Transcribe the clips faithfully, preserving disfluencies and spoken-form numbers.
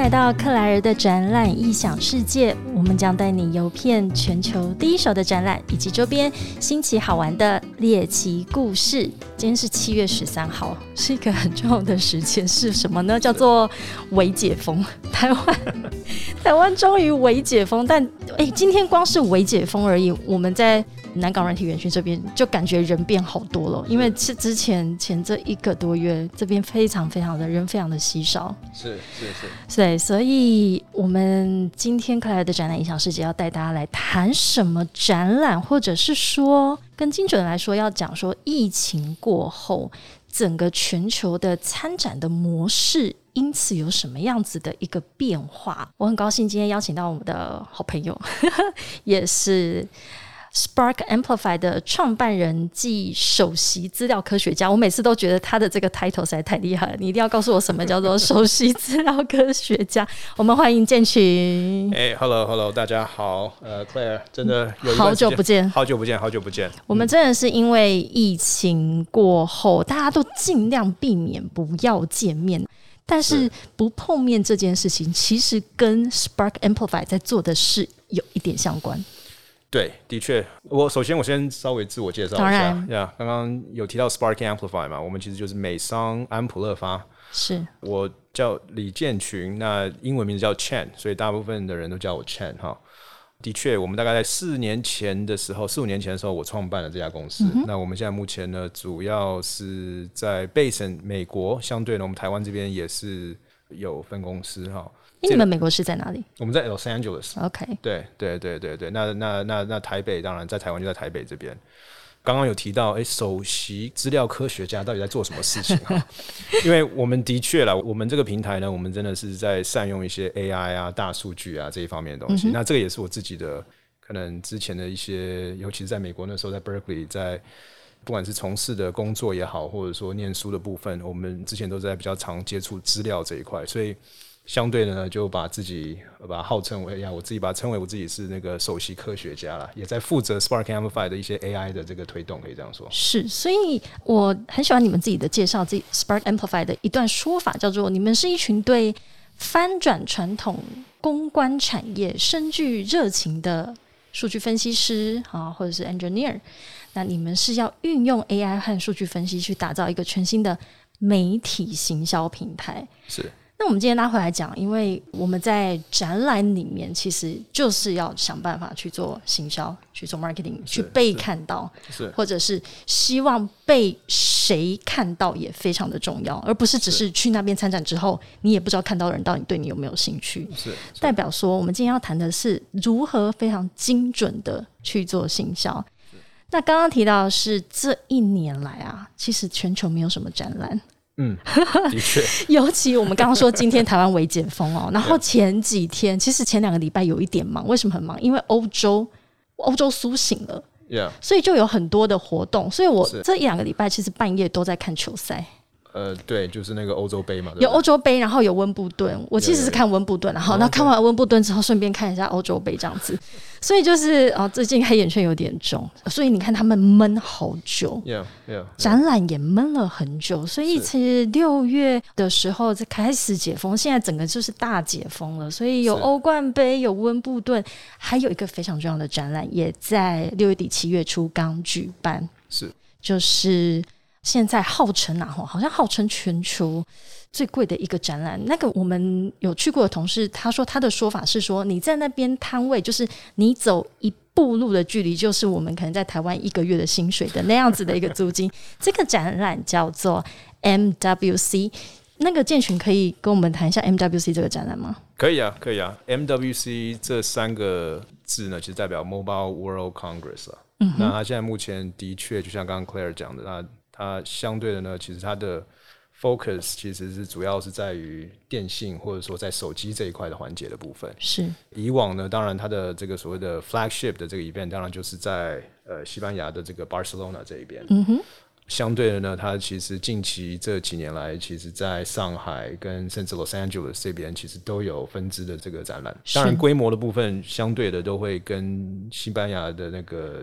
来到克莱尔的展览异想世界，我们将带你游遍全球第一手的展览以及周边新奇好玩的猎奇故事。今天是七月十三号，是一个很重要的时间，是什么呢？叫做微解封。台湾台湾终于微解封，但哎，今天光是微解封而已，我们在南港软体园区这边就感觉人变好多了，因为是之前前这一个多月这边非常非常的人非常的稀少， 是是是， 对，所以我们今天克莱尔的展览影响世界要带大家来谈什么展览，或者是说更精准来说要讲说疫情过后整个全球的参展的模式因此有什么样子的一个变化。我很高兴今天邀请到我们的好朋友也是Spark Amplify 的创办人暨首席资料科学家，我每次都觉得他的这个 title 实在太厉害了，你一定要告诉我什么叫做首席资料科学家。我们欢迎建群。 哎、hey, ，Hello Hello， 大家好，呃 ，Claire， 真的有一段时间好久不见， 好久不见，好久不见。 我们真的是因为疫情过后，大家都尽量避免不要见面。但是不碰面这件事情，其实跟 Spark Amplify 在做的事有一点相关。 对，的确，我首先我先稍微自我介绍一下。 当然， 呀、yeah, 刚刚有提到 Spark Amplify 嘛，我们其实就是美商安普勒发。 是， 我叫李建群，那英文名字叫 Chen， 所以大部分的人都叫我 Chen 哈。的确，我们大概在四年前的时候，四五年前的时候，我创办了这家公司。嗯、那我们现在目前呢，主要是在贝省美国，相对呢，我们台湾这边也是有分公司哈。 你们美国是在哪里？ 我们在 Los Angeles。OK， 对对对对对，那那那那台北当然在台湾就在台北这边。刚刚有提到，哎，首席资料科学家到底在做什么事情哈？因为我们的确啦，我们这个平台呢，我们真的是在善用一些 A I 啊、大数据啊这一方面的东西。嗯、那这个也是我自己的可能之前的一些，尤其是在美国那时候，在 Berkeley 在。不管是从事的工作也好，或者说念书的部分，我们之前都在比较常接触资料这一块，所以相对的呢，就把自己把它号称为呀，我自己把它称为我自己是那个首席科学家啦，也在负责 Spark Amplify 的一些 A I 的这个推动，可以这样说。 是，所以我很喜欢你们自己的介绍，自己 Spark Amplify 的一段说法，叫做你们是一群对翻转传统公关产业深具热情的数据分析师啊，或者是 engineer。那你们是要运用 A I 和数据分析去打造一个全新的媒体行销平台。 是。 那我们今天拉回来讲，因为我们在展览里面其实就是要想办法去做行销，去做 marketing， 去被看到，或者是希望被谁看到也非常的重要，而不是只是去那边参展之后，你也不知道看到的人到底对你有没有兴趣。 是。是代表说，我们今天要谈的是如何非常精准的去做行销。那刚刚提到的是这一年来啊，其实全球没有什么展览。 嗯，的确。 尤其我们刚刚说今天台湾微解封哦，然后前几天其实前两个礼拜有一点忙，为什么很忙？因为欧洲欧洲苏醒了， yeah. 所以就有很多的活动，所以我这一两个礼拜其实半夜都在看球赛。 呃，对，就是那个欧洲杯嘛， 有欧洲杯，然后有温布顿。我其实是看温布顿，然后那看完温布顿之后，顺便看一下欧洲杯这样子。所以就是哦，最近黑眼圈有点重，所以你看他们闷好久 ，yeah, yeah, yeah. 展览也闷了很久。所以其实六月的时候才开始解封，现在整个就是大解封了。所以有欧冠杯，有温布顿，还有一个非常重要的展览，也在六月底七月初刚举办， 是就是。现在号称啊，好像号称全球最贵的一个展览。那个我们有去过的同事，他说他的说法是说，你在那边摊位，就是你走一步路的距离，就是我们可能在台湾一个月的薪水的那样子的一个租金。这个展览叫做 M W C。那个建群可以跟我们谈一下 M W C 这个展览吗？ 可以啊，可以啊。M W C 这三个字呢，其实代表 Mobile World Congress 啊。嗯、那它现在目前的确，就像刚刚 Claire 讲的，那它相对的呢，其实它的 focus 其实是主要是在于电信或者说在手机这一块的环节的部分。 是以往呢，当然它的这个所谓的 flagship 的这个 event， 当然就是在呃西班牙的这个 Barcelona 这一边。嗯哼。相对的呢，它其实近期这几年来，其实在上海跟甚至 Los Angeles 这边，其实都有分支的这个展览。当然，规模的部分相对的都会跟西班牙的那个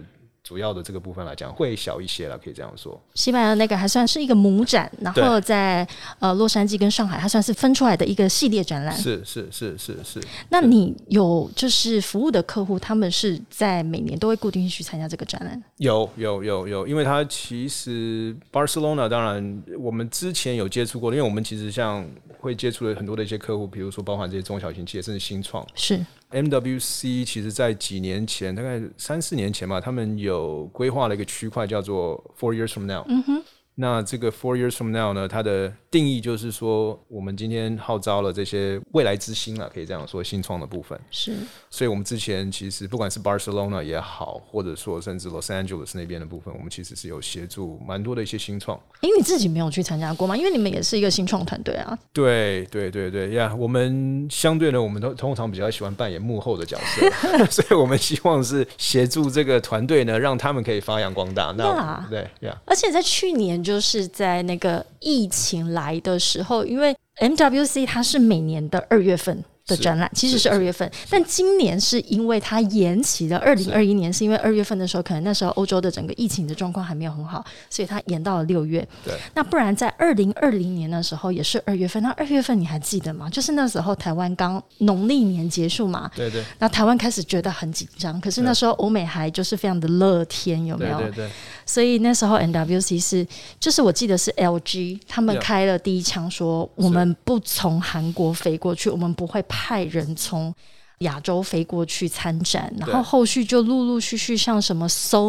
主要的这个部分来讲会小一些了，可以这样说。 西班牙那个还算是一个母展，然后在呃洛杉矶跟上海，它算是分出来的一个系列展览。 是是是是是。 那你有就是服务的客户，他们是在每年都会固定去参加这个展览？ 有有有有，因为它其实 Barcelona 当然我们之前有接触过，因为我们其实像会接触了很多的一些客户，比如说包含这些中小型企业甚至新创。 是 M W C 其实在几年前大概三四年前吧，他们有规划了一个区块叫做 Four Years From Now。 嗯哼，那这个 Four Years From Now 呢，它的定义就是说我们今天号召了这些未来之星啦，可以这样说，新创的部分。 是， 所以我们之前其实不管是 Barcelona 也好，或者说甚至 Los Angeles 那边的部分，我们其实是有协助蛮多的一些新创。 因为你自己没有去参加过吗？因为你们也是一个新创团队啊。 对对对对呀， yeah, 我们相对呢，我们都通常比较喜欢扮演幕后的角色，所以我们希望是协助这个团队呢，让他们可以发扬光大。那、yeah. 对呀， yeah. 而且在去年就是在那个疫情来的时候，因为 M W C 它是每年的二月份的展览，其实是二月份，但今年是因为它延期了，二零二一年是因为二月份的时候，可能那时候欧洲的整个疫情的状况还没有很好，所以它延到了六月。 对， 那不然在二零二零年的时候也是二月份，那二月份你还记得吗？就是那时候台湾刚农历年结束嘛， 对对， 那台湾开始觉得很紧张，可是那时候欧美还就是非常的乐天，有没有？ 对对对。 所以那时候 M W C 是，就是我记得是 L G 他们开了第一枪，说我们不从韩国飞过去，我们不会派人从亚洲飞过去参展，然后后续就陆陆续续像什么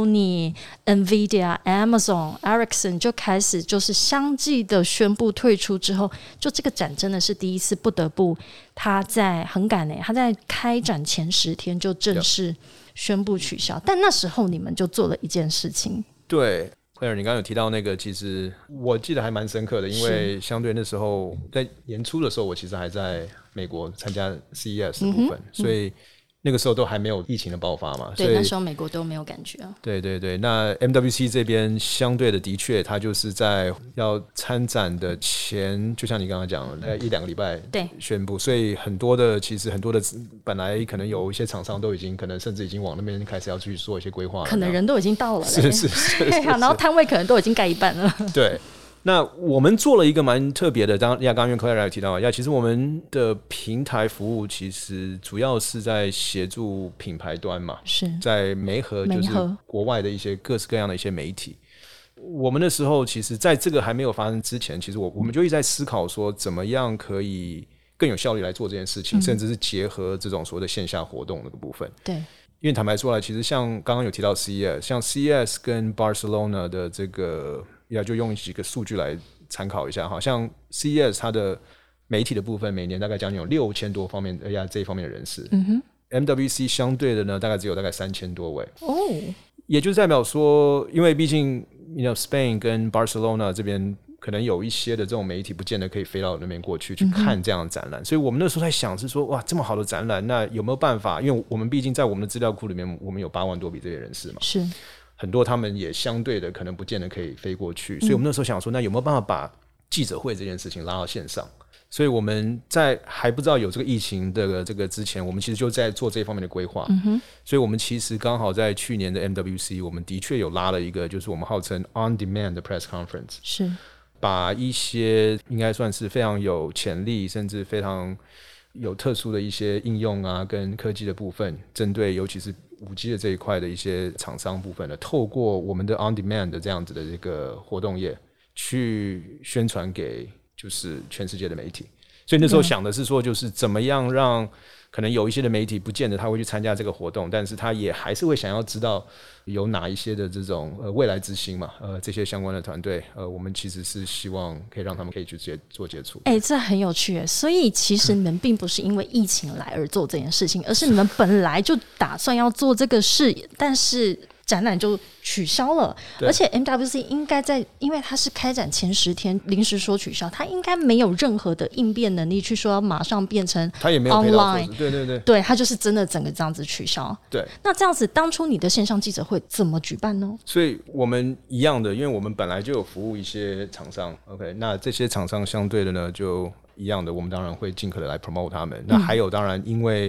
Sony、Nvidia、Amazon、Ericsson 就开始就是相继的宣布退出之后，就这个展真的是第一次不得不他在很赶欸，他在开展前十天就正式宣布取消，但那时候你们就做了一件事情。 对，Claire， 你刚刚有提到那个，其实我记得还蛮深刻的，因为相对那时候在年初的时候，我其实还在美国参加 C E S 的部分，嗯、所以那个时候都还没有疫情的爆发嘛。 对，那时候美国都没有感觉啊。 对对对，那 M W C 这边相对的，的确，它就是在要参展的前，就像你刚刚讲，呃，一两个礼拜宣布，所以很多的，其实很多的，本来可能有一些厂商都已经，可能甚至已经往那边开始要去做一些规划了， 可能人都已经到了， 是是 是, 是, 是然后摊位可能都已经盖一半了。 对。那我们做了一个蛮特别的，当然刚刚 Claire 有提到，呀，其实我们的平台服务其实主要是在协助品牌端嘛， 是在媒合就是国外的一些各式各样的一些媒体。我们那时候其实在这个还没有发生之前，其实我我们就一直在思考说，怎么样可以更有效率来做这件事情，嗯、甚至是结合这种所谓的线下活动那个部分。 对。 因为坦白说来，其实像刚刚有提到 C E S， 像 C E S 跟 Barcelona 的这个，要就用几个数据来参考一下哈。像 C E S 它的媒体的部分，每年大概将近有六千多方面 A I 这一方面的人士。嗯哼。M W C 相对的呢，大概只有大概三千多位。哦。也就代表说，因为毕竟 you know Spain 跟 Barcelona 这边。可能有一些的这种媒体不见得可以飞到那边过去去看这样的展览、嗯、所以我们那时候在想是说，哇，这么好的展览，那有没有办法，因为我们毕竟在我们的资料库里面，我们有八万多笔这些人士嘛， 是很多他们也相对的可能不见得可以飞过去，所以我们那时候想说，那有没有办法把记者会这件事情拉到线上，所以我们在还不知道有这个疫情的这个之前，我们其实就在做这方面的规划、嗯、所以我们其实刚好在去年的 M W C 我们的确有拉了一个就是我们号称 On Demand 的 Press Conference， 是把一些应该算是非常有潜力甚至非常有特殊的一些应用啊跟科技的部分，针对尤其是 五 G 的这一块的一些厂商部分呢，透过我们的 On Demand 的这样子的这个活动业去宣传给就是全世界的媒体。所以那时候想的是说，就是怎么样让可能有一些的媒体不见得他会去参加这个活动，但是他也还是会想要知道有哪一些的这种呃未来之星嘛，呃这些相关的团队，呃我们其实是希望可以让他们可以去直接做接触。 哎、欸，这很有趣耶。所以其实你们并不是因为疫情来而做这件事情，而是你们本来就打算要做这个事，但是展览就取消了，而且 M W C 应该在，因为它是开展前十天临时说取消，它应该没有任何的应变能力去说要马上变成 online， 它也没有配套措施，对对对， 对，它就是真的整个这样子取消。 对， 那这样子，当初你的线上记者会怎么举办呢？ 所以我们一样的，因为我们本来就有服务一些厂商 ，OK， 那这些厂商相对的呢，就一样的，我们当然会尽可能来 promote 他们。那还有，当然因为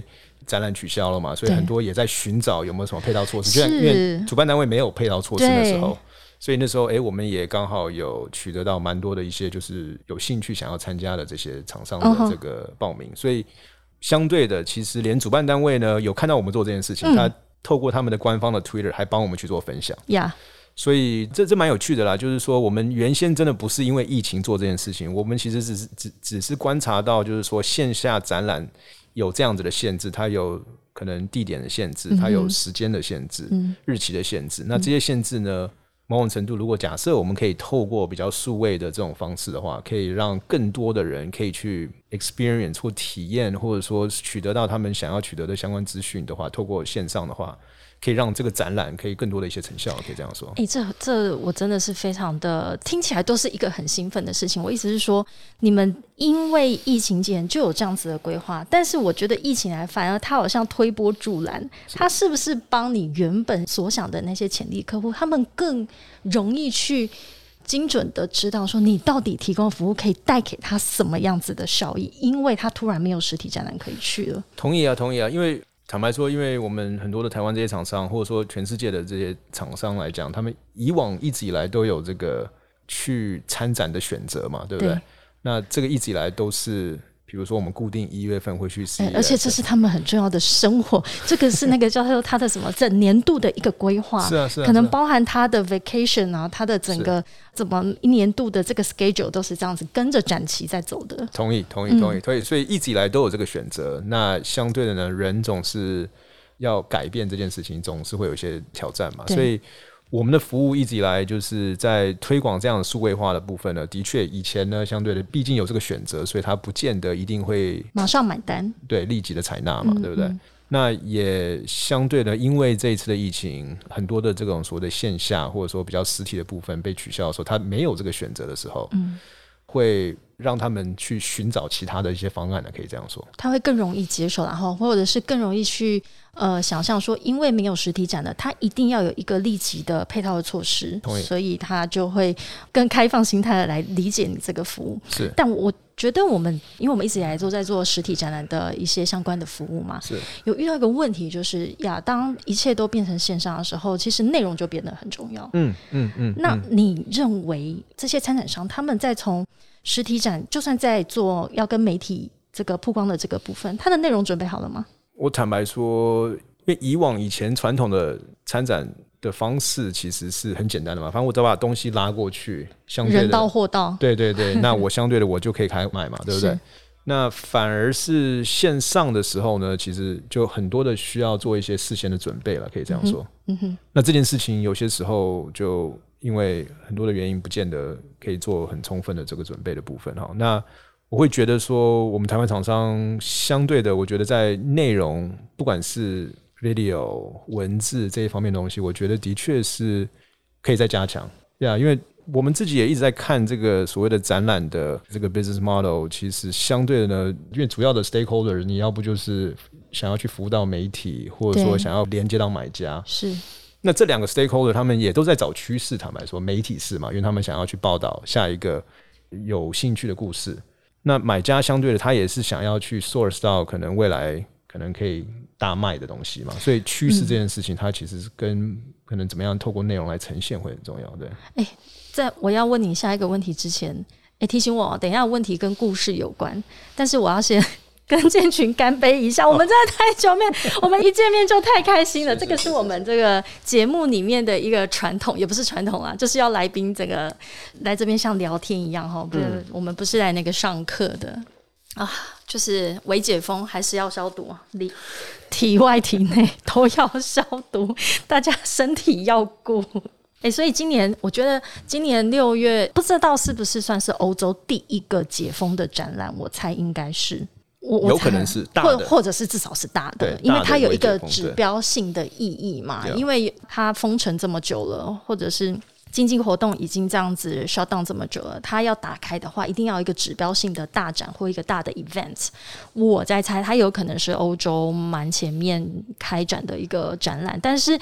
展览取消了嘛，所以很多也在寻找有没有什么配套措施，就因为主办单位没有配套措施的时候，所以那时候哎，我们也刚好有取得到蛮多的一些就是有兴趣想要参加的这些厂商的这个报名， uh-huh. 所以相对的其实连主办单位呢有看到我们做这件事情、嗯、他透过他们的官方的 Twitter 还帮我们去做分享、 yeah. 所以这这蛮有趣的啦，就是说我们原先真的不是因为疫情做这件事情，我们其实只是只只是观察到，就是说线下展览有这样子的限制，它有可能地点的限制，它有时间的限制、嗯、日期的限制。那这些限制呢，某种程度，如果假设我们可以透过比较数位的这种方式的话，可以让更多的人可以去 experience 或体验，或者说取得到他们想要取得的相关资讯的话，透过线上的话。可以让这个展览可以更多的一些成效，可以这样说。 哎、欸，这这我真的是非常的，听起来都是一个很兴奋的事情。我意思是说，你们因为疫情前就有这样子的规划，但是我觉得疫情来反而它好像推波助澜，它是不是帮你原本所想的那些潜力客户，他们更容易去精准的知道说你到底提供的服务可以带给他什么样子的效益，因为他突然没有实体展览可以去了。 同意啊，同意啊，因为。坦白说，因为我们很多的台湾这些厂商，或者说全世界的这些厂商来讲，他们以往一直以来都有这个去参展的选择嘛，对不对？对，那这个一直以来都是，比如说我们固定一月份会去 C E S、欸、 而且这是他们很重要的生活，这个是那个叫做他的什么整年度的一个规划， 是啊是啊， 可能包含他的 vacation 啊，他的整个怎么一年度的这个 schedule 都是这样子跟着展期在走的。 同意同意同意同意，所以一直以来都有这个选择。那相对的呢，人总是要改变这件事情，总是会有一些挑战嘛，所以。我们的服务一直以来就是在推广这样的数位化的部分呢，的确以前呢，相对的毕竟有这个选择，所以它不见得一定会马上买单， 对，立即的采纳嘛、嗯，对不对、嗯？那也相对的，因为这一次的疫情，很多的这种所谓的线下或者说比较实体的部分被取消的时候，他没有这个选择的时候，嗯，会让他们去寻找其他的一些方案呢，可以这样说， 他会更容易接受，然后或者是更容易去呃想象说，因为没有实体展的，他一定要有一个立即的配套的措施，所以他就会更开放心态的来理解你这个服务。 是， 但我觉得我们因为我们一直以来都在做实体展览的一些相关的服务嘛， 是有遇到一个问题，就是呀，当一切都变成线上的时候，其实内容就变得很重要。嗯嗯嗯。那你认为这些参展商他们在从实体展，就算在做要跟媒体这个曝光的这个部分，它的内容准备好了吗？ 我坦白说，因为以往以前传统的参展的方式其实是很简单的嘛，反正我只把东西拉过去，相对的人到货到， 对对对，那我相对的我就可以开卖嘛，对不对？那反而是线上的时候呢，其实就很多的需要做一些事先的准备了，可以这样说。嗯哼，那这件事情有些时候就因为很多的原因，不见得可以做很充分的这个准备的部分哈。那我会觉得说，我们台湾厂商相对的，我觉得在内容，不管是 video 文字这一方面的东西，我觉得的确是可以再加强。对啊，因为我们自己也一直在看这个所谓的展览的这个 business model， 其实相对的呢，因为主要的 stakeholder， 你要不就是想要去服务到媒体，或者说想要连接到买家， 是。 那这两个 stakeholder 他们也都在找趋势，坦白说，媒体是嘛，因为他们想要去报道下一个有兴趣的故事。那买家相对的，他也是想要去 source 到可能未来可能可以大卖的东西嘛，所以趋势这件事情，它其实是跟可能怎么样透过内容来呈现会很重要。对， 哎、欸，在我要问你下一个问题之前，哎、欸，提醒我，等一下问题跟故事有关，但是我要先跟建群干杯一下，我们真的太久没有，我们一见面就太开心了。这个是我们这个节目里面的一个传统，也不是传统啊，就是要来宾这个来这边像聊天一样哈，不是、嗯、我们不是来那个上课的啊，就是微解封还是要消毒，里体外体内都要消毒，大家身体要顾。欸、所以今年我觉得今年六月不知道是不是算是欧洲第一个解封的展览，我猜应该是。我我有可能是大的， 或或者是至少是大的，因为它有一个指标性的意义嘛。因为它封城这么久了，或者是经济活动已经这样子 shut down 这么久了，它要打开的话，一定要有一个指标性的大展或一个大的 event。我在猜，它有可能是欧洲蛮前面开展的一个展览，但是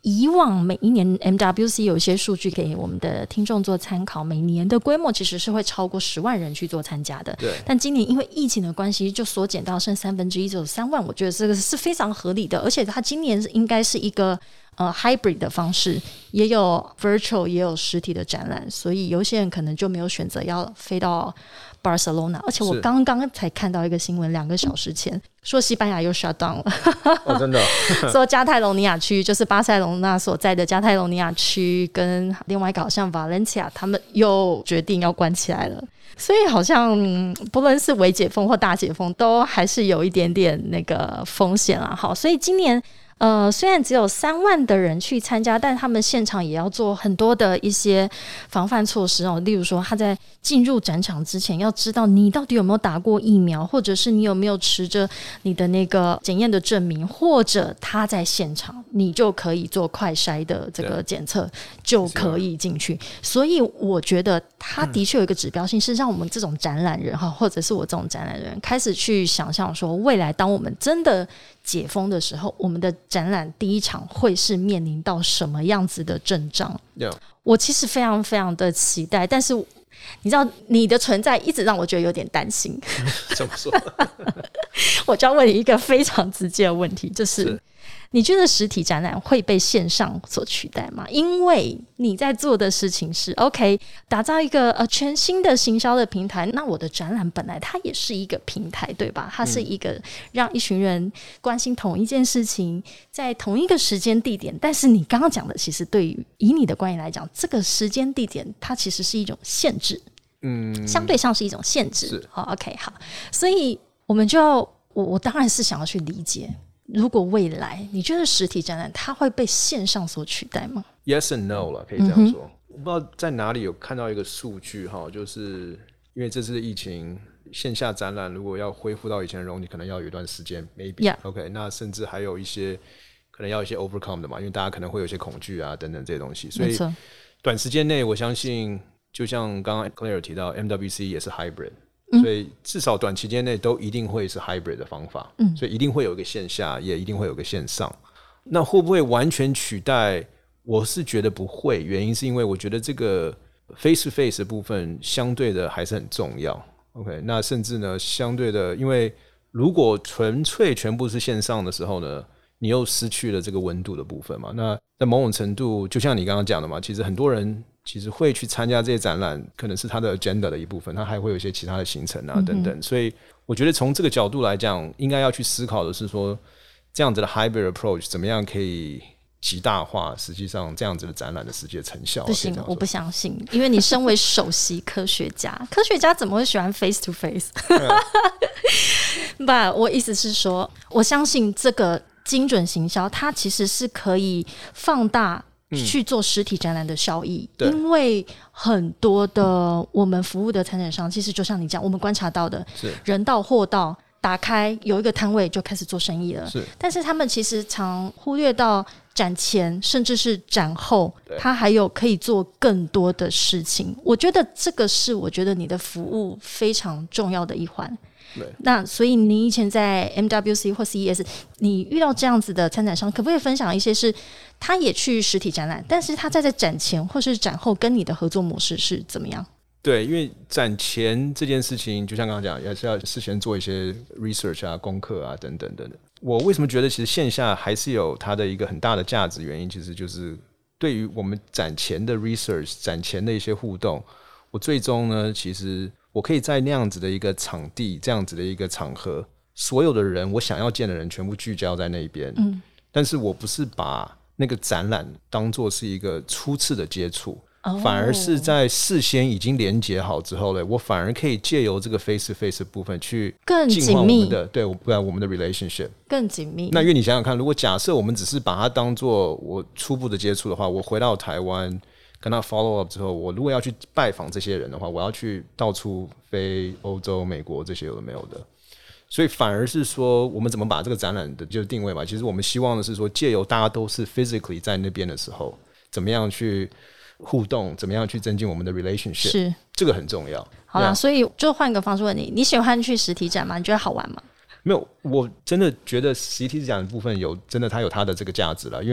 以往每一年 M W C 有一些数据给我们的听众做参考，每年的规模其实是会超过十万人去做参加的。 对。 但今年因为疫情的关系，就缩减到剩三分之一，只有三万。我觉得这个是非常合理的，而且它今年应该是一个呃 hybrid 的方式，也有 virtual 也有实体的展览，所以有些人可能就没有选择要飞到 Barcelona。而且我刚刚才看到一个新闻，两个小时前说西班牙又 shut down 了。 哦，真的、哦？ 说加泰隆尼亚区，就是巴塞隆纳所在的加泰隆尼亚区，跟另外一个好像 Valencia， 他们又决定要关起来了。所以好像、嗯、不论是微解封或大解封，都还是有一点点那个风险啦。好，所以今年呃，虽然只有三万的人去参加，但他们现场也要做很多的一些防范措施哦。例如说，他在进入展场之前，要知道你到底有没有打过疫苗，或者是你有没有持着你的那个检验的证明，或者他在现场，你就可以做快筛的这个检测，就可以进去。所以我觉得他的确有一个指标性，是让我们这种展览人哈，或者是我这种展览人，开始去想象说，未来当我们真的解封的时候，我们的展览第一场会是面临到什么样子的阵仗？ yeah. 我其实非常非常的期待，但是你知道你的存在一直让我觉得有点担心。 怎么说？ 我就要问你一个非常直接的问题，就是是你觉得实体展览会被线上所取代吗？因为你在做的事情是 OK 打造一个呃全新的行销的平台，那我的展览本来它也是一个平台，对吧？它是一个让一群人关心同一件事情，在同一个时间地点。但是你刚刚讲的，其实对于以你的观点来讲，这个时间地点它其实是一种限制，嗯，相对上是一种限制。好 OK 好，所以我们就要我我当然是想要去理解。如果未来你觉得实体展览它会被线上所取代吗？ Yes and no 啦，可以这样说、嗯、我不知道在哪里有看到一个数据，就是因为这次疫情线下展览如果要恢复到以前的容积可能要有一段时间 maybe、yeah. OK 那甚至还有一些可能要一些 overcome 的嘛，因为大家可能会有一些恐惧啊等等这些东西，所以短时间内我相信就像刚刚 Claire 提到 M W C 也是 hybrid，所以至少短期间内都一定会是 hybrid 的方法、嗯、所以一定会有一个线下也一定会有一个线上。那会不会完全取代？我是觉得不会，原因是因为我觉得这个 face to face 的部分相对的还是很重要。 OK 那甚至呢相对的，因为如果纯粹全部是线上的时候呢，你又失去了这个温度的部分嘛。那在某种程度就像你刚刚讲的嘛，其实很多人其实会去参加这些展览，可能是他的 agenda 的一部分，他还会有一些其他的行程啊等等、嗯、所以我觉得从这个角度来讲，应该要去思考的是说，这样子的 hybrid approach 怎么样可以极大化实际上这样子的展览的实际的成效。 不行，我不相信，因为你身为首席科学家科学家怎么会喜欢 face to face？ 不，我意思是说我相信这个精准行销它其实是可以放大去做实体展览的效益、嗯、因为很多的我们服务的参展商其实就像你讲，我们观察到的人到货到打开有一个摊位就开始做生意了，是，但是他们其实常忽略到展前甚至是展后他还有可以做更多的事情。我觉得这个是我觉得你的服务非常重要的一环。那所以你以前在 M W C 或 C E S 你遇到这样子的参展商，可不可以分享一些是他也去实体展览，但是他在在展前或是展后跟你的合作模式是怎么样？ 对，因为展前这件事情就像刚刚讲，也是要事先做一些 research 啊功课啊等等等等。我为什么觉得其实线下还是有它的一个很大的价值，原因其实就是对于我们展前的 research 展前的一些互动，我最终呢其实我可以在那样子的一个场地这样子的一个场合，所有的人我想要见的人全部聚焦在那边、嗯、但是我不是把那个展览当作是一个初次的接触，反而是在事先已经连结好之后呢，我反而可以借由这个 face to face 的部分去更进化我们的对不然我们的 relationship 更紧密。 那因为你想想看，如果假设我们只是把它当做我初步的接触的话，我回到台湾跟他 follow up 之后，我如果要去拜访这些人的话，我要去到处飞欧洲美国这些有的没有的，所以反而是说我们怎么把这个展览的就是定位嘛，其实我们希望的是说借由大家都是 physically 在那边的时候，怎么样去互动，怎么样去增进我们的 relationship， 是这个很重要。 好啦，所以就换个方式问你，你喜欢去实体展吗？你觉得好玩吗？ 没有，我真的觉得实体展的部分有真的它有它的这个价值啦，因为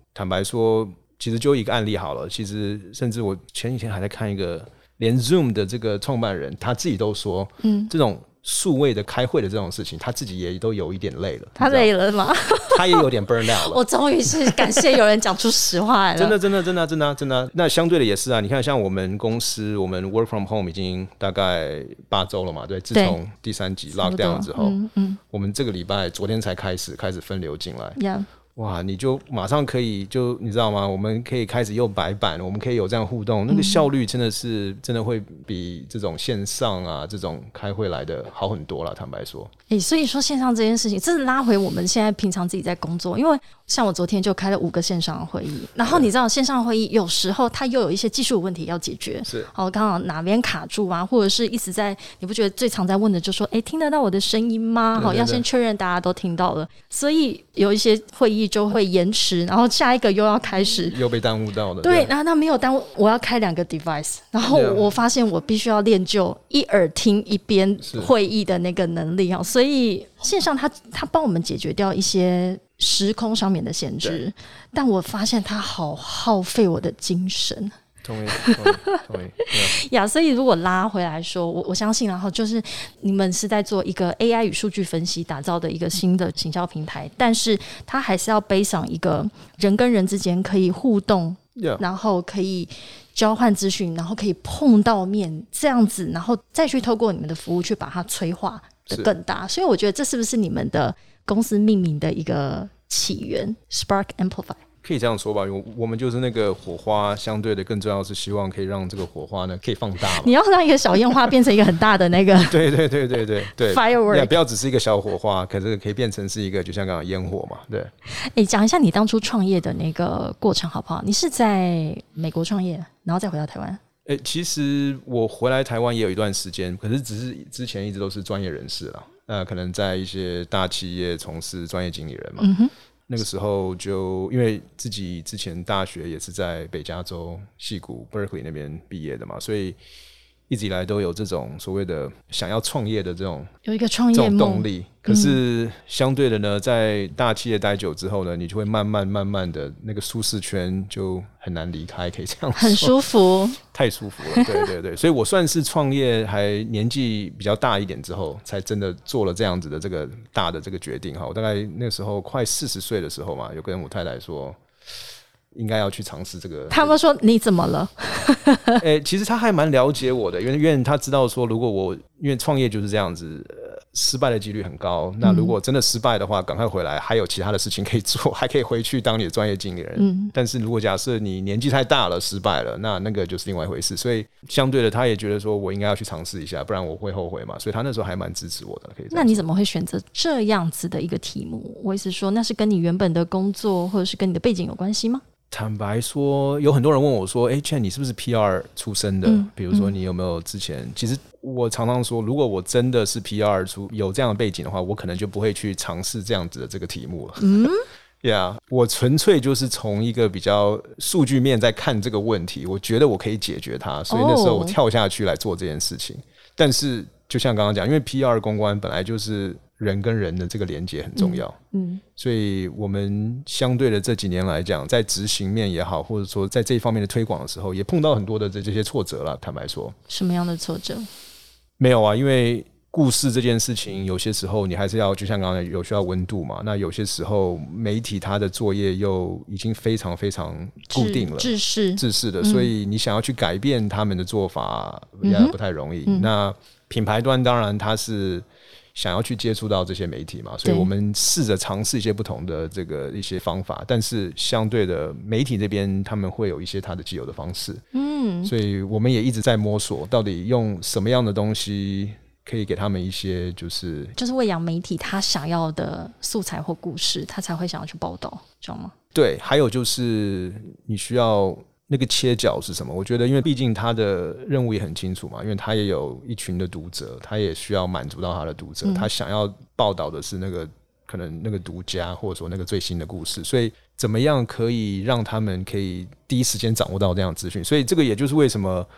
坦白说，其实就一个案例好了。其实甚至我前几天还在看一个，连 Zoom 的这个创办人他自己都说，嗯，这种数位的开会的这种事情，他自己也都有一点累了。 他累了吗？ 他也有点 burn out 了。 我终于是感谢有人讲出实话了。 真的，真的，真的，真的，真的。那相对的也是啊，你看，像我们公司，我们 work from home 已经大概八周了嘛，对，自从第三集 lockdown 之后，嗯嗯，我们这个礼拜昨天才开始开始分流进来。Yeah.哇，你就马上可以就你知道吗？我们可以开始用白板，我们可以有这样互动，那个效率真的是真的会比这种线上啊这种开会来的好很多啦，坦白说。 欸，所以说线上这件事情，这是拉回我们现在平常自己在工作，因为像我昨天就开了五个线上会议，然后你知道线上会议有时候它又有一些技术问题要解决， 是好刚好哪边卡住啊，或者是一直在，你不觉得最常在问的就说，哎，听得到我的声音吗？好，要先确认大家都听到了，所以有一些会议就会延迟，然后下一个又要开始， 又被耽误到了。 对，然后那没有耽误，我要开两个 device， 然后我发现我必须要练就一耳听一边会议的那个能力啊，所以线上它它帮我们解决掉一些时空上面的限制，但我发现它好耗费我的精神。 同意，同意，同意。 呀，所以如果拉回来说，我我相信，然后就是你们是在做一个 A I 与数据分析打造的一个新的行销平台，但是它还是要背上一个人跟人之间可以互动， yeah. 然后可以交换资讯，然后可以碰到面这样子，然后再去透过你们的服务去把它催化的更大。所以我觉得这是不是你们的公司命名的一个起源 Spark Amplify？ 可以这样说吧，我们就是那个火花，相对的更重要是希望可以让这个火花呢可以放大嘛。 你要让一个小烟花变成一个很大的那个对对对对对对 firework， 不要只是一个小火花，可是可以变成是一个就像刚刚烟火嘛。对， 哎，讲一下你当初创业的那个过程好不好？你是在美国创业，然后再回到台湾？ 欸、其实我回来台湾也有一段时间，可是只是之前一直都是专业人士啦，那可能在一些大企业从事专业经理人嘛。嗯哼，那个时候就因为自己之前大学也是在北加州矽谷 Berkeley 那边毕业的嘛，所以一直以来都有这种所谓的想要创业的这种有一个创业梦动力。可是相对的呢，在大企业待久之后呢，你就会慢慢慢慢的那个舒适圈就很难离开，可以这样说， 很舒服， 太舒服了。对对对，所以我算是创业还年纪比较大一点之后，才真的做了这样子的这个大的这个决定哈。我大概那时候快四十岁的时候嘛，有跟我太太说，应该要去尝试这个。 他们说你怎么了？ 欸、其实他还蛮了解我的，因为因为他知道说，如果我因为创业就是这样子。失败的几率很高，那如果真的失败的话，赶快回来，还有其他的事情可以做，还可以回去当你的专业经理人。嗯，但是如果假设你年纪太大了，失败了，那那个就是另外一回事。所以相对的，他也觉得说我应该要去尝试一下，不然我会后悔嘛。所以他那时候还蛮支持我的。可以这样说。 那你怎么会选择这样子的一个题目？我意思说，那是跟你原本的工作或者是跟你的背景有关系吗？ 坦白说，有很多人问我说：“哎、欸、，Chen， 你是不是 P R 出身的？嗯、比如说，你有没有之前？其实我常常说，如果我真的是 P R 出有这样的背景的话，我可能就不会去尝试这样子的这个题目了。嗯，Yeah， 我纯粹就是从一个比较数据面在看这个问题，我觉得我可以解决它，所以那时候我跳下去来做这件事情。哦、但是就像刚刚讲，因为 P R 公关本来就是人跟人的这个连结很重要，嗯，嗯所以我们相对的这几年来讲，在执行面也好，或者说在这一方面的推广的时候，也碰到很多的这这些挫折了。坦白说， 什么样的挫折？ 没有啊，因为故事这件事情，有些时候你还是要，就像刚刚有需要温度嘛。那有些时候媒体它的作业又已经非常非常固定了，制式制式的，嗯、所以你想要去改变他们的做法也不太容易。嗯、那品牌端当然它是想要去接触到这些媒体嘛，所以我们试着尝试一些不同的这个一些方法，但是相对的媒体这边他们会有一些他的既有的方式，嗯，所以我们也一直在摸索到底用什么样的东西可以给他们一些就是就是喂养媒体他想要的素材或故事，他才会想要去报道，知道吗？ 对，还有就是你需要那个切角是什么？我觉得，因为毕竟他的任务也很清楚嘛，因为他也有一群的读者，他也需要满足到他的读者，嗯、他想要报道的是那个可能那个独家，或者说那个最新的故事，所以怎么样可以让他们可以第一时间掌握到这样的资讯？所以这个也就是为什么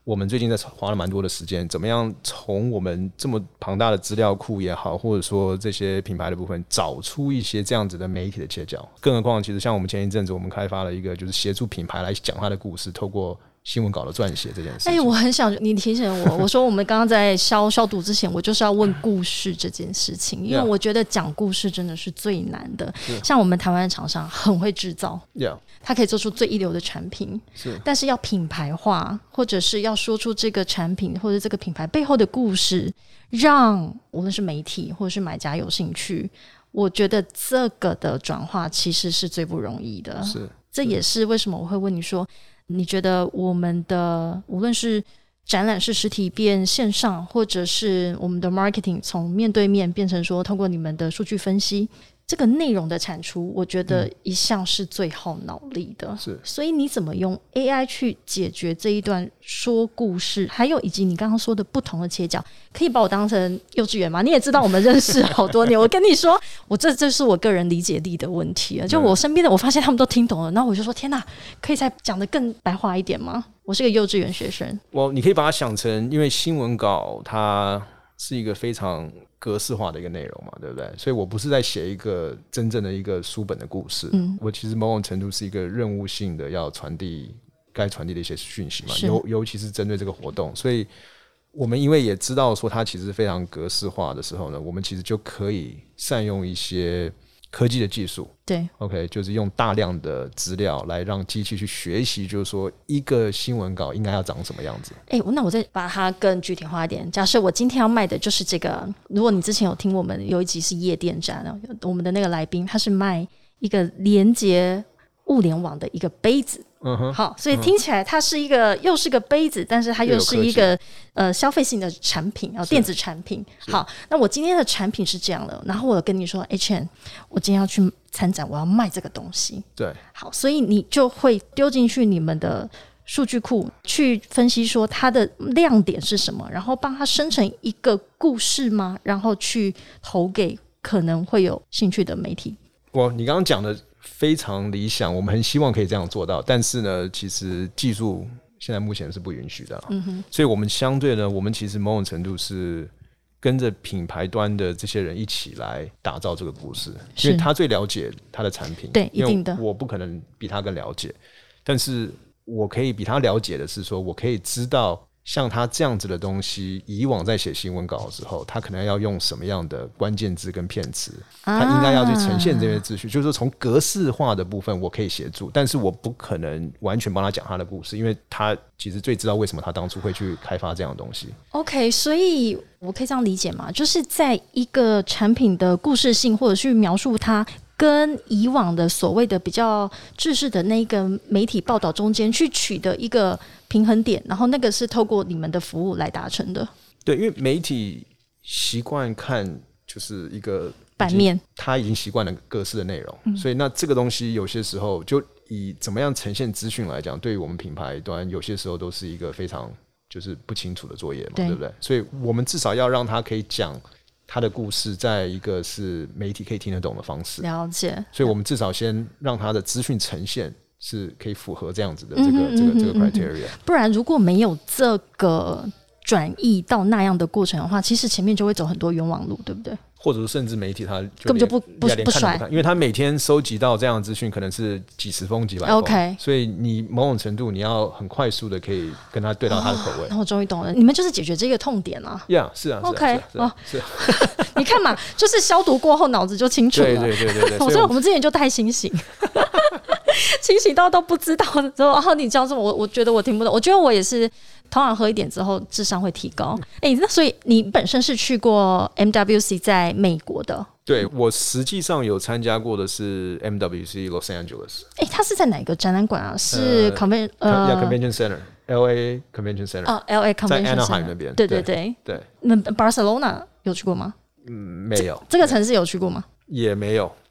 我们最近在花了蛮多的时间，怎么样从我们这么庞大的资料库也好，或者说这些品牌的部分，找出一些这样子的媒体的切角。更何况，其实像我们前一阵子，我们开发了一个就是协助品牌来讲它的故事，透过新闻稿的撰写这件事情。 哎、欸，我很想你提醒我，我说我们刚刚在消消毒之前，我就是要问故事这件事情，因为我觉得讲故事真的是最难的。像我们台湾的厂商很会制造， yeah. 他可以做出最一流的产品，是，但是要品牌化，或者是要说出这个产品或者这个品牌背后的故事，让无论是媒体或者是买家有兴趣，我觉得这个的转化其实是最不容易的。 是， 这也是为什么我会问你说，你觉得我们的无论是展览是实体变线上，或者是我们的 marketing 从面对面变成说通过你们的数据分析，这个内容的产出，我觉得一向是最耗脑力的。是、嗯，所以你怎么用 A I 去解决这一段说故事，还有以及你刚刚说的不同的切角，可以把我当成幼稚园吗？你也知道我们认识好多年，我跟你说，我这这是我个人理解力的问题了。就我身边的，我发现他们都听懂了，然后我就说天哪，可以再讲得更白话一点吗？我是个幼稚园学生。 我你可以把它想成，因为新闻稿它是一个非常格式化的一个内容嘛，对不对？所以我不是在写一个真正的一个书本的故事，嗯，我其实某种程度是一个任务性的要传递该传递的一些讯息嘛，尤尤其是针对这个活动，所以我们因为也知道说它其实非常格式化的时候呢，我们其实就可以善用一些科技的技术，对 ，OK， 就是用大量的资料来让机器去学习，就是说一个新闻稿应该要长什么样子。 哎、欸，那我再把它更具体化一点。假设我今天要卖的就是这个，如果你之前有听我们有一集是夜店展，我们的那个来宾他是卖一个连接物联网的一个杯子。嗯哼，好，所以听起来它是一个、嗯、又是个杯子，但是它又是一个呃消费性的产品，然后电子产品。好，那我今天的产品是这样的，然后我跟你说 H and 我今天要去参展，我要卖这个东西。对，好，所以你就会丢进去你们的数据库去分析说它的亮点是什么，然后帮它生成一个故事吗？然后去投给可能会有兴趣的媒体。 我你刚刚讲的非常理想，我们很希望可以这样做到，但是呢，其实技术现在目前是不允许的，嗯哼，所以我们相对呢，我们其实某种程度是跟着品牌端的这些人一起来打造这个故事，因为他最了解他的产品， 对，一定的， 我不可能比他更了解，但是我可以比他了解的是说，我可以知道像他这样子的东西，以往在写新闻稿的时候，他可能要用什么样的关键字跟片词，他应该要去呈现这些资讯，就是说从格式化的部分我可以协助，但是我不可能完全帮他讲他的故事，因为他其实最知道为什么他当初会去开发这样的东西。 OK， 所以我可以这样理解吗？就是在一个产品的故事性或者去描述它跟以往的所谓的比较制式的那个媒体报道中间去取得一个平衡点，然后那个是透过你们的服务来达成的。 对，因为媒体习惯看就是一个版面， 他已经习惯了格式的内容、嗯、所以那这个东西有些时候就以怎么样呈现资讯来讲，对于我们品牌端有些时候都是一个非常就是不清楚的作业嘛， 对, 对不对？所以我们至少要让他可以讲他的故事在一个是媒体可以听得懂的方式， 了解， 所以我们至少先让他的资讯呈现是可以符合这样子的这个、嗯、这个这个 criteria， 不然如果没有这个转译到那样的过程的话，其实前面就会走很多冤枉路，对不对？ 或者甚至媒体他根本就不不不甩， 因为他每天收集到这样的资讯可能是几十封几百封 ，OK， 所以你某种程度你要很快速的可以跟他对到他的口味。 那、哦、我终于懂了，你们就是解决这个痛点啊。 Yeah， 是啊 ，OK， 是啊，是啊， 你看嘛，就是消毒过后脑子就清楚了。 对对对对对， 所以我们之前就太清醒。清醒到都不知道之后，哦，你教什么？我我觉得我听不懂。我觉得我也是，通常喝一点之后智商会提高。哎、欸，那所以你本身是去过 M W C 在美国的？ 对，我实际上有参加过的是 M W C Los Angeles。 哎、欸，它是在哪个展览馆啊？是 Convention 呃、 uh, yeah, Convention Center，L A Convention Center。 哦 ，L A Convention Center 在 Anaheim 那边。 对对对对。那 Barcelona 有去过吗？ 嗯，没有。 这, 这个城市有去过吗？ 也没有。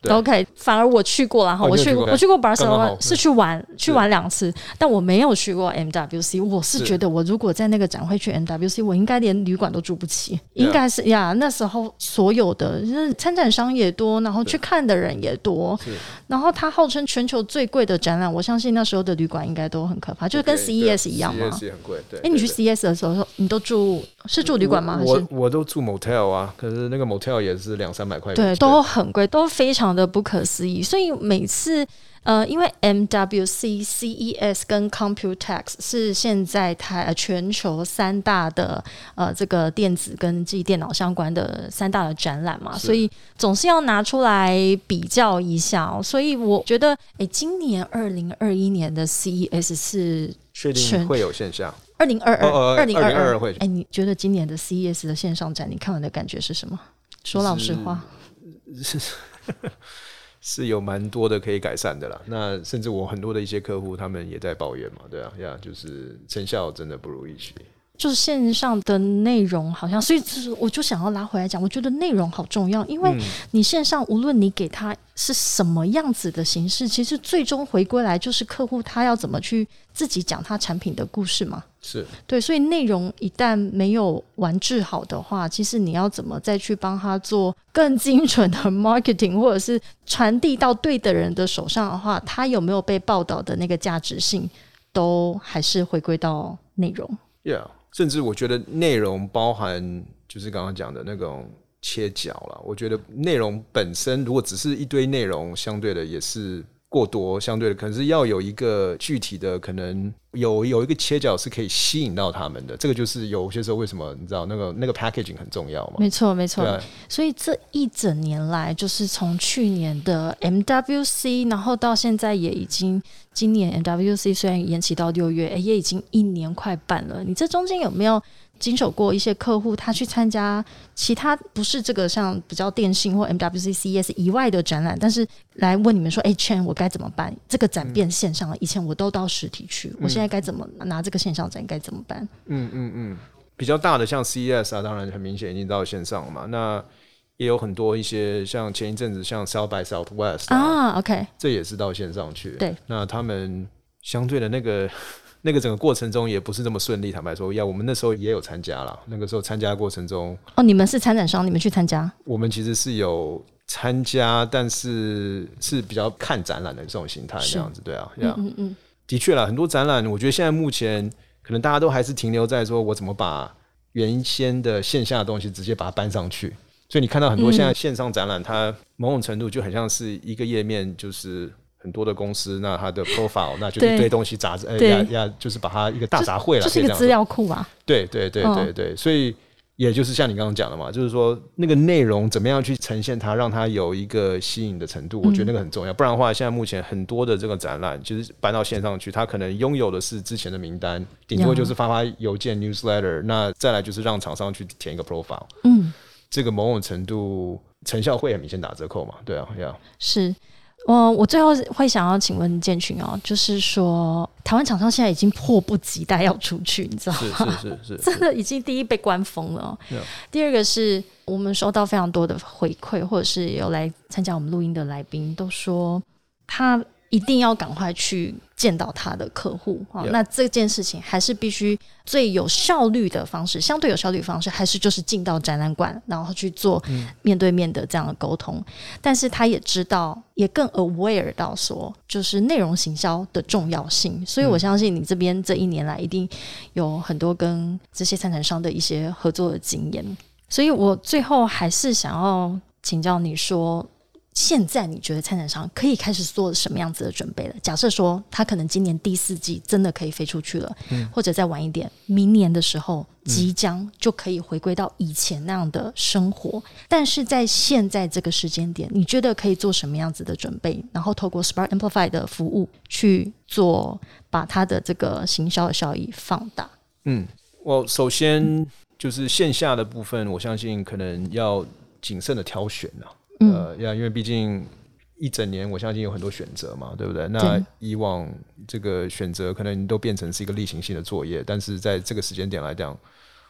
OK， 反而我去过了哈、哦，我去过，我去过 Barcelona 是去玩，去玩两次，但我没有去过 M W C。我是觉得，我如果在那个展会去 M W C， 我应该连旅馆都住不起，应该是呀。那时候所有的就是参展商也多，然后去看的人也多，然后它号称全球最贵的展览，我相信那时候的旅馆应该都很可怕，就是跟 C E S 一样嘛。 C E S 也很贵，对。 哎，你去 C E S 的时候，你都住是住旅馆吗？ 我我, 我都住 motel 啊，可是那个 motel 也是两三百块， 对，都很贵，都非常的不可思议。所以每次呃，因为 M W C、C E S 跟 Computex 是现在台全球三大的呃这个电子跟记忆电脑相关的三大的展览嘛，所以总是要拿出来比较一下、哦。所以我觉得，哎，今年二零二一年的 C E S 是确定会有线下。 二零二二，二零二二会。 哎，你觉得今年的 C E S 的线上展，你看完的感觉是什么？说老实话， 是是有蛮多的可以改善的啦。那甚至我很多的一些客户，他们也在抱怨嘛，对啊，呀，就是成效真的不如预期。 就是线上的内容好像，所以我就想要拉回来讲，我觉得内容好重要，因为你线上无论你给他是什么样子的形式，其实最终回归来就是客户他要怎么去自己讲他产品的故事嘛。 是对，所以内容一旦没有完制好的话，其实你要怎么再去帮他做更精准的 marketing， 或者是传递到对的人的手上的话，他有没有被报道的那个价值性，都还是回归到内容。 Yeah， 甚至我觉得内容包含就是刚刚讲的那种切角啦，我觉得内容本身如果只是一堆内容，相对的也是过多，相对的可是要有一个具体的，可能有有一个切角是可以吸引到他们的。这个就是有些时候为什么你知道那个那个 packaging 很重要嘛？ 没错没错、啊。所以这一整年来，就是从去年的 M W C， 然后到现在也已经今年 M W C 虽然延期到六月，也已经一年快半了。你这中间有没有经手过一些客户，他去参加其他不是这个像比较电信或 M W C C E S 以外的展览，但是来问你们说，哎 Chen 我该怎么办？这个展变线上了，以前我都到实体去，我现在该怎么拿这个线上展该怎么办？ 嗯嗯嗯，比较大的像 C E S 啊，当然很明显已经到线上了嘛。那也有很多一些像前一阵子像 South by Southwest 啊, 啊 OK， 这也是到线上去。 对， 那他们相对的那个那个整个过程中也不是这么顺利，坦白说，呀，我们那时候也有参加啦。那个时候参加的过程中， 哦，你们是参展商，你们去参加？ 我们其实是有参加，但是是比较看展览的这种形态，这样子，对啊，嗯嗯嗯，的确啦，很多展览，我觉得现在目前可能大家都还是停留在说我怎么把原先的线下的东西直接把它搬上去。所以你看到很多现在线上展览，它某种程度就很像是一个页面，就是很多的公司，那它的 profile 那就一堆东西杂志，哎呀呀，就是把它一个大杂烩了， 就是一个资料库啊。 对对对对对，哦、所以也就是像你刚刚讲的嘛，就是说那个内容怎么样去呈现它，让它有一个吸引的程度，我觉得那个很重要。嗯、不然的话，现在目前很多的这个展览，就是搬到线上去，它可能拥有的是之前的名单，顶多就是发发邮件 newsletter， 那再来就是让厂商去填一个 profile。嗯。这个某种程度成效会很明显打折扣嘛？对啊，yeah. 是。我我最后会想要请问建群哦，就是说台湾厂商现在已经迫不及待要出去，你知道吗？ 是是是是， 真的已经第一被关封了、哦。第二个是我们收到非常多的回馈，或者是有来参加我们录音的来宾都说他一定要赶快去见到他的客户、哦 yeah. 那这件事情还是必须最有效率的方式，相对有效率的方式还是就是进到展览馆，然后去做面对面的这样的沟通、嗯、但是他也知道也更 aware 到说就是内容行销的重要性，所以我相信你这边这一年来一定有很多跟这些参展商的一些合作的经验，所以我最后还是想要请教你说现在你觉得参展商可以开始做什么样子的准备了？假设说他可能今年第四季真的可以飞出去了、嗯、或者再晚一点明年的时候即将就可以回归到以前那样的生活、嗯、但是在现在这个时间点你觉得可以做什么样子的准备，然后透过 Spark Amplify 的服务去做把它的这个行销的效益放大？嗯， 我首先就是线下的部分我相信可能要谨慎的挑选啊呃，因为毕竟一整年我相信有很多选择嘛，对不对？那以往这个选择可能都变成是一个例行性的作业，但是在这个时间点来讲，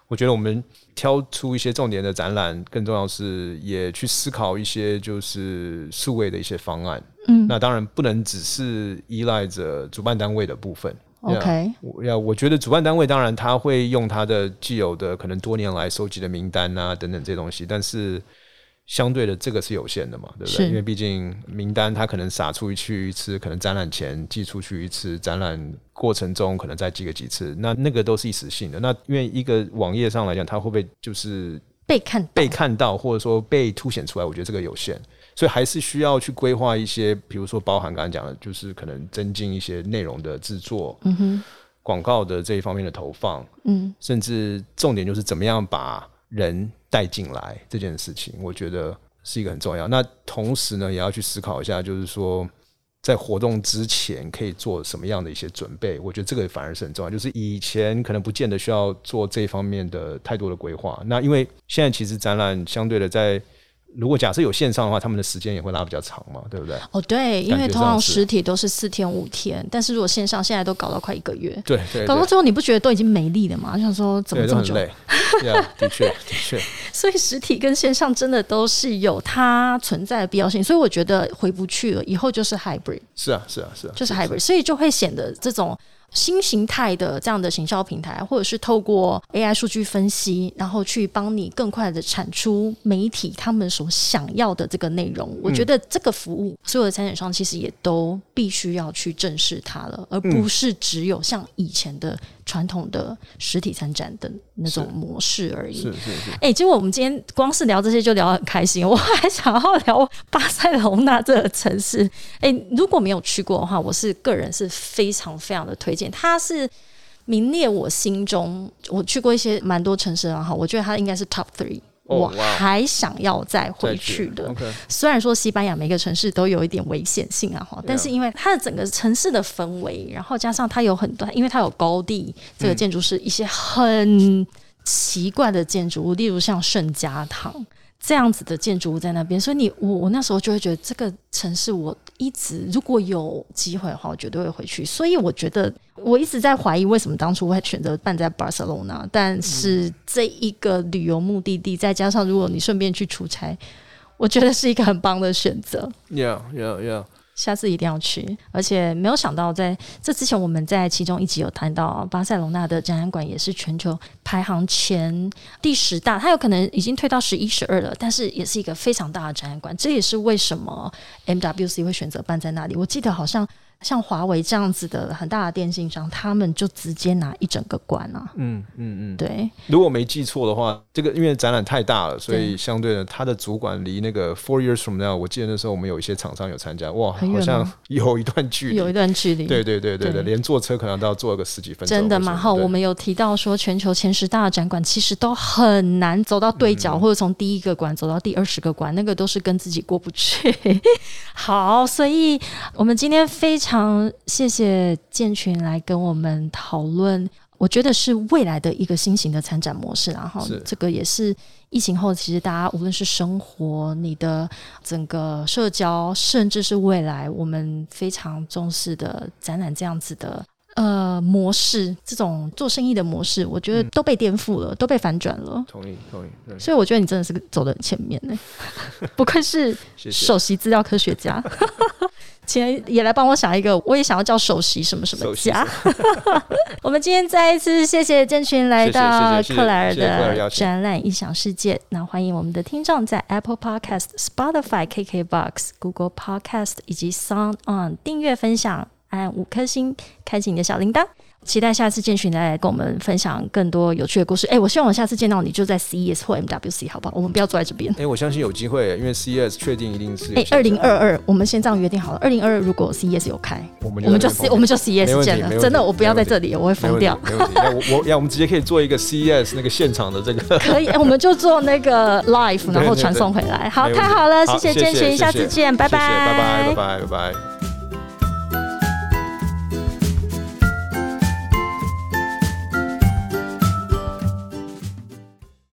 我觉得我们挑出一些重点的展览，更重要是也去思考一些就是数位的一些方案。嗯，那当然不能只是依赖着主办单位的部分。 OK， 我, 我觉得主办单位当然他会用他的既有的可能多年来收集的名单啊等等这些东西，但是相对的这个是有限的嘛，对不对？因为毕竟名单它可能撒出去一次，可能展览前寄出去一次，展览过程中可能再寄个几次，那那个都是一时性的。那因为一个网页上来讲，它会不会就是被看到被看到，或者说被凸显出来？我觉得这个有限，所以还是需要去规划一些，比如说包含刚才讲的，就是可能增进一些内容的制作，嗯哼，广告的这一方面的投放，嗯，甚至重点就是怎么样把人带进来这件事情，我觉得是一个很重要。那同时呢，也要去思考一下，就是说在活动之前可以做什么样的一些准备。我觉得这个反而是很重要，就是以前可能不见得需要做这一方面的太多的规划。那因为现在其实展览相对的在。如果假设有线上的话，他们的时间也会拉比较长嘛，对不对？ 哦，对，因为通常实体都是四天五天，但是如果线上现在都搞到快一个月， 对 对, 对， 搞到最后你不觉得都已经没力了吗？就想说怎么这么久？ 对，都很累。yeah, 的确，的确。 所以实体跟线上真的都是有它存在的必要性，所以我觉得回不去了，以后就是 hybrid。 是啊，是啊，是啊， 就是 hybrid， 所以就会显得这种。新形态的这样的行销平台，或者是透过 A I 数据分析，然后去帮你更快的产出媒体他们所想要的这个内容，我觉得这个服务所有的参展商其实也都必须要去正视它了，而不是只有像以前的传统的实体参展的那种模式而已。 是是是。 哎、欸，结果我们今天光是聊这些就聊得很开心，我还想要聊巴塞隆纳这个城市。哎、欸，如果没有去过的话，我是个人是非常非常的推荐。它是名列我心中，我去过一些蛮多城市，然后我觉得它应该是 top three。Oh, 我还想要再回去的。Okay. 虽然说西班牙每个城市都有一点危险性啊，但是因为它的整个城市的氛围，然后加上它有很多，因为它有高地，这个建筑是一些很奇怪的建筑物，例如像圣家堂这样子的建筑物在那边，所以你我我那时候就会觉得这个城市我一直如果有机会的话，我绝对会回去。所以我觉得我一直在怀疑为什么当初会选择办在巴塞隆纳，但是这一个旅游目的地，再加上如果你顺便去出差，我觉得是一个很棒的选择。 Yeah, yeah, yeah. 下次一定要去，而且没有想到在这之前我们在其中一集有谈到巴塞隆纳的展览馆也是全球排行前第十大，它有可能已经退到十一、十二了，但是也是一个非常大的展览馆，这也是为什么 M W C 会选择办在那里。我记得好像像华为这样子的很大的电信商，他们就直接拿一整个馆啊。嗯嗯嗯，对。 如果没记错的话，这个因为展览太大了，所以相对的，它的主管离那个 Four Years From Now， 我记得那时候我们有一些厂商有参加，哇，好像有一段距离， 有一段距离。 对对对对对，连坐车可能都要坐个十几分钟。 真的蛮好。我们有提到说，全球前十大的展馆其实都很难走到对角，嗯、或者从第一个馆走到第二十个馆，那个都是跟自己过不去。好，所以我们今天非常。常谢谢建群来跟我们讨论，我觉得是未来的一个新型的参展模式，然后这个也是疫情后其实大家无论是生活、你的整个社交，甚至是未来我们非常重视的展览这样子的呃模式，这种做生意的模式，我觉得都被颠覆了、嗯、都被反转了。 同意同意。 所以我觉得你真的是走得很前面呢，不愧是首席资料科学家。请也来帮我想一个，我也想要叫首席什么什么家。我们今天再一次谢谢建群来到克莱尔的展览异想世界。那欢迎我们的听众在 Apple Podcast、Spotify、K K Box、Google Podcast 以及 Sound On 订阅分享，按五颗星，开启你的小铃铛。期待下次建群来跟我们分享更多有趣的故事。哎，我希望我下次见到你就在 C E S 或 M W C 好不好？我们不要坐在这边。 哎，我相信有机会，因为 C E S 确定一定是。 哎，二零二二，我们先这样约定好了。二零二二如果 C E S 有开，我们就我们就 C 我们就 C E S 见了。真的，我不要在这里，我会疯掉。 没问题，那我我要我们直接可以做一个 C E S 那个现场的这个。 可以，我们就做那个 live， 然后传送回来。好，太好了，谢谢建群，下次见，拜拜， 拜拜，拜拜，拜拜。